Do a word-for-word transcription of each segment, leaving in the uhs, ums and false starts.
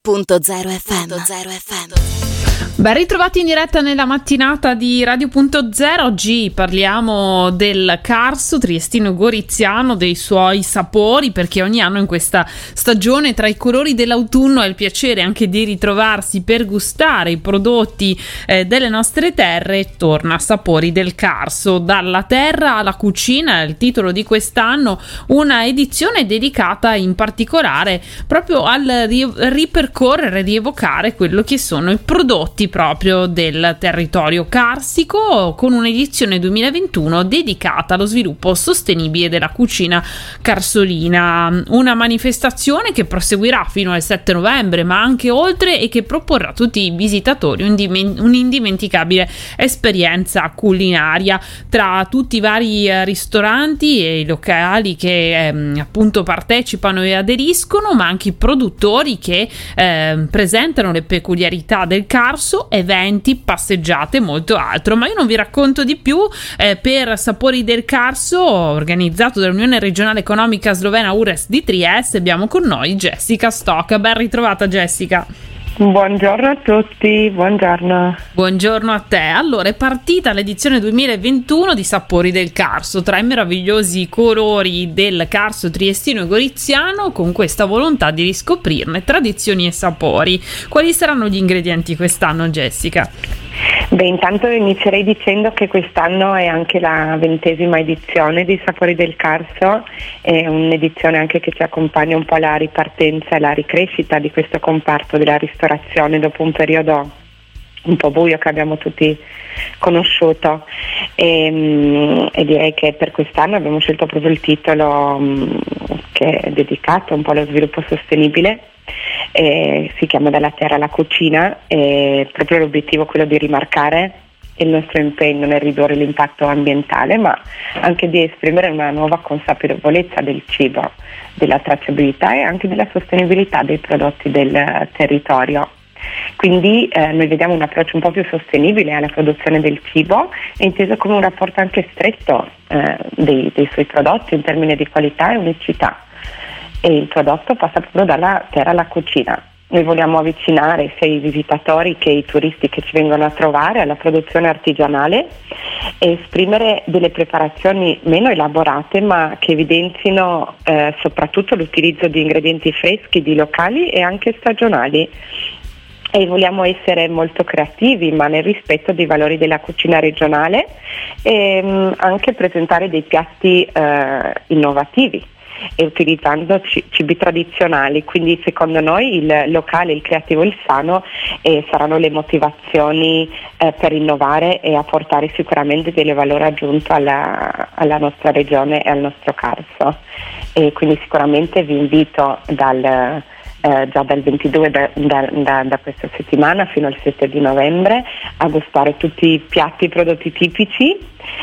Punto zero F M. Ben ritrovati in diretta nella mattinata di Radio Punto Zero. Oggi parliamo del Carso triestino goriziano, dei suoi sapori, perché ogni anno in questa stagione tra i colori dell'autunno è il piacere anche di ritrovarsi per gustare i prodotti eh, delle nostre terre. Torna Sapori del Carso, dalla terra alla cucina, è il titolo di quest'anno, una edizione dedicata in particolare proprio al ri- ripercorrere, rievocare quello che sono i prodotti proprio del territorio carsico, con un'edizione duemilaventuno dedicata allo sviluppo sostenibile della cucina carsolina, una manifestazione che proseguirà fino al sette novembre ma anche oltre, e che proporrà a tutti i visitatori un'indimenticabile esperienza culinaria tra tutti i vari eh, ristoranti e i locali che eh, appunto partecipano e aderiscono, ma anche i produttori che eh, presentano le peculiarità del Carso, eventi, passeggiate e molto altro. Ma io non vi racconto di più. Eh, per Sapori del Carso, organizzato dall'Unione Regionale Economica Slovena U R E S di Trieste, abbiamo con noi Jessica Stock. Ben ritrovata, Jessica. Buongiorno a tutti, buongiorno. Buongiorno a te. Allora, è partita l'edizione duemilaventuno di Sapori del Carso, tra i meravigliosi colori del Carso triestino e goriziano, con questa volontà di riscoprirne tradizioni e sapori. Quali saranno gli ingredienti quest'anno, Jessica? Beh, intanto inizierei dicendo che quest'anno è anche la ventesima edizione di Sapori del Carso, è un'edizione anche che ci accompagna un po' alla ripartenza e alla ricrescita di questo comparto della ristorazione dopo un periodo un po' buio che abbiamo tutti conosciuto, e, e direi che per quest'anno abbiamo scelto proprio il titolo um, che è dedicato un po' allo sviluppo sostenibile. Eh, si chiama Dalla terra alla cucina, e proprio l'obiettivo è quello di rimarcare il nostro impegno nel ridurre l'impatto ambientale, ma anche di esprimere una nuova consapevolezza del cibo, della tracciabilità e anche della sostenibilità dei prodotti del territorio. Quindi eh, noi vediamo un approccio un po' più sostenibile alla produzione del cibo, inteso come un rapporto anche stretto eh, dei, dei suoi prodotti in termini di qualità e unicità. E il prodotto passa proprio dalla terra alla cucina. Noi vogliamo avvicinare sia i visitatori che i turisti che ci vengono a trovare alla produzione artigianale e esprimere delle preparazioni meno elaborate, ma che evidenzino eh, soprattutto l'utilizzo di ingredienti freschi, di locali e anche stagionali. E vogliamo essere molto creativi, ma nel rispetto dei valori della cucina regionale, e mh, anche presentare dei piatti eh, innovativi e utilizzando cibi tradizionali. Quindi secondo noi il locale, il creativo e il sano eh, saranno le motivazioni eh, per innovare e apportare sicuramente del valore aggiunto alla, alla nostra regione e al nostro Carso. E quindi sicuramente vi invito dal Eh, già dal ventidue da, da, da, da questa settimana fino al sette di novembre a gustare tutti i piatti e prodotti tipici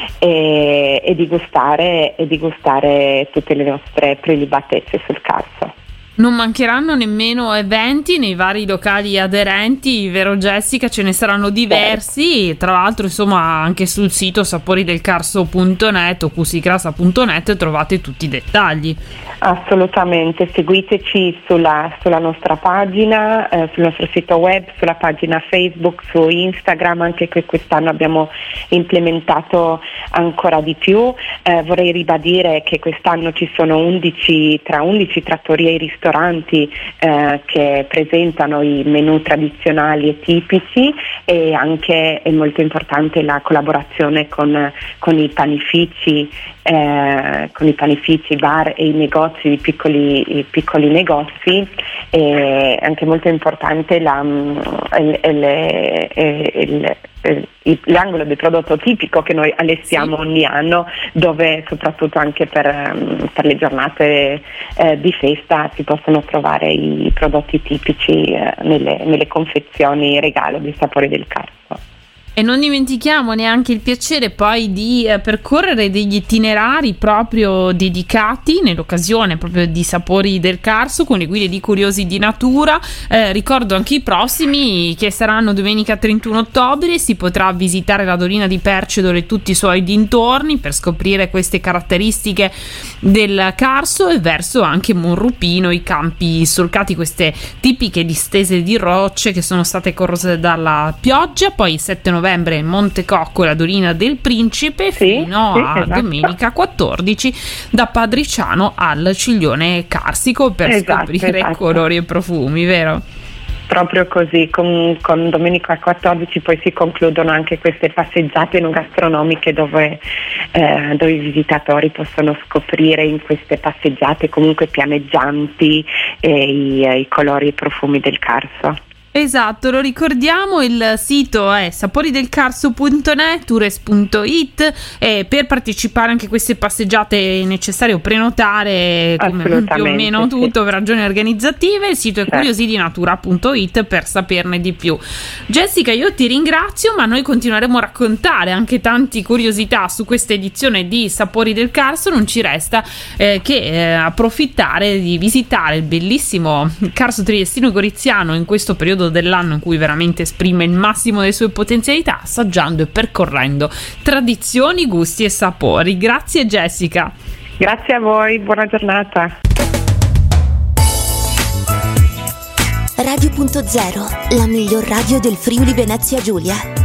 e, e, di gustare, e di gustare tutte le nostre prelibatezze sul Carso. Non mancheranno nemmeno eventi nei vari locali aderenti, vero Jessica? Ce ne saranno diversi, tra l'altro insomma anche sul sito sapori del carso punto net o cusigrasa punto net trovate tutti i dettagli. Assolutamente, seguiteci sulla, sulla nostra pagina, eh, sul nostro sito web, sulla pagina Facebook, su Instagram, anche che quest'anno abbiamo implementato ancora di più. Eh, vorrei ribadire che quest'anno ci sono undici, tra undici trattorie e ristoranti eh, che presentano i menù tradizionali e tipici, e anche è molto importante la collaborazione con, con i panifici, eh, con i panifici, bar e i negozi, i piccoli, i piccoli negozi. È anche molto importante la, il, il, il, il, l'angolo del prodotto tipico che noi allestiamo sì. ogni anno, dove soprattutto anche per, per le giornate eh, di festa si possono trovare i prodotti tipici eh, nelle, nelle confezioni regalo dei Sapori del Carso. E non dimentichiamo neanche il piacere poi di eh, percorrere degli itinerari proprio dedicati nell'occasione proprio di Sapori del Carso con le guide di curiosi di natura. Eh, ricordo anche i prossimi che saranno domenica trentuno ottobre. Si potrà visitare la Dolina di Percedolo e tutti i suoi dintorni per scoprire queste caratteristiche del Carso, e verso anche Monrupino, i campi solcati, queste tipiche distese di rocce che sono state corrose dalla pioggia. Poi il sette novembre Monte Cocco e la Dolina del Principe, sì, fino sì, a esatto. domenica quattordici da Padriciano al Ciglione Carsico per Esatto, scoprire esatto. colori e profumi, vero? Proprio così, con, con domenica quattordici poi si concludono anche queste passeggiate enogastronomiche dove, eh, dove i visitatori possono scoprire in queste passeggiate comunque pianeggianti eh, i, i colori e i profumi del Carso. Esatto, lo ricordiamo, il sito è saporidelcarso punto net, tours punto it, e per partecipare anche a queste passeggiate è necessario prenotare come più o meno sì. tutto per ragioni organizzative. Il sito è certo. curiosidinatura punto it per saperne di più. Jessica, io ti ringrazio, ma noi continueremo a raccontare anche tante curiosità su questa edizione di Sapori del Carso. Non ci resta eh, che eh, approfittare di visitare il bellissimo Carso Triestino Goriziano in questo periodo dell'anno in cui veramente esprime il massimo delle sue potenzialità, assaggiando e percorrendo tradizioni, gusti e sapori. Grazie Jessica. Grazie a voi, buona giornata. Radio punto zero, la miglior radio del Friuli Venezia Giulia.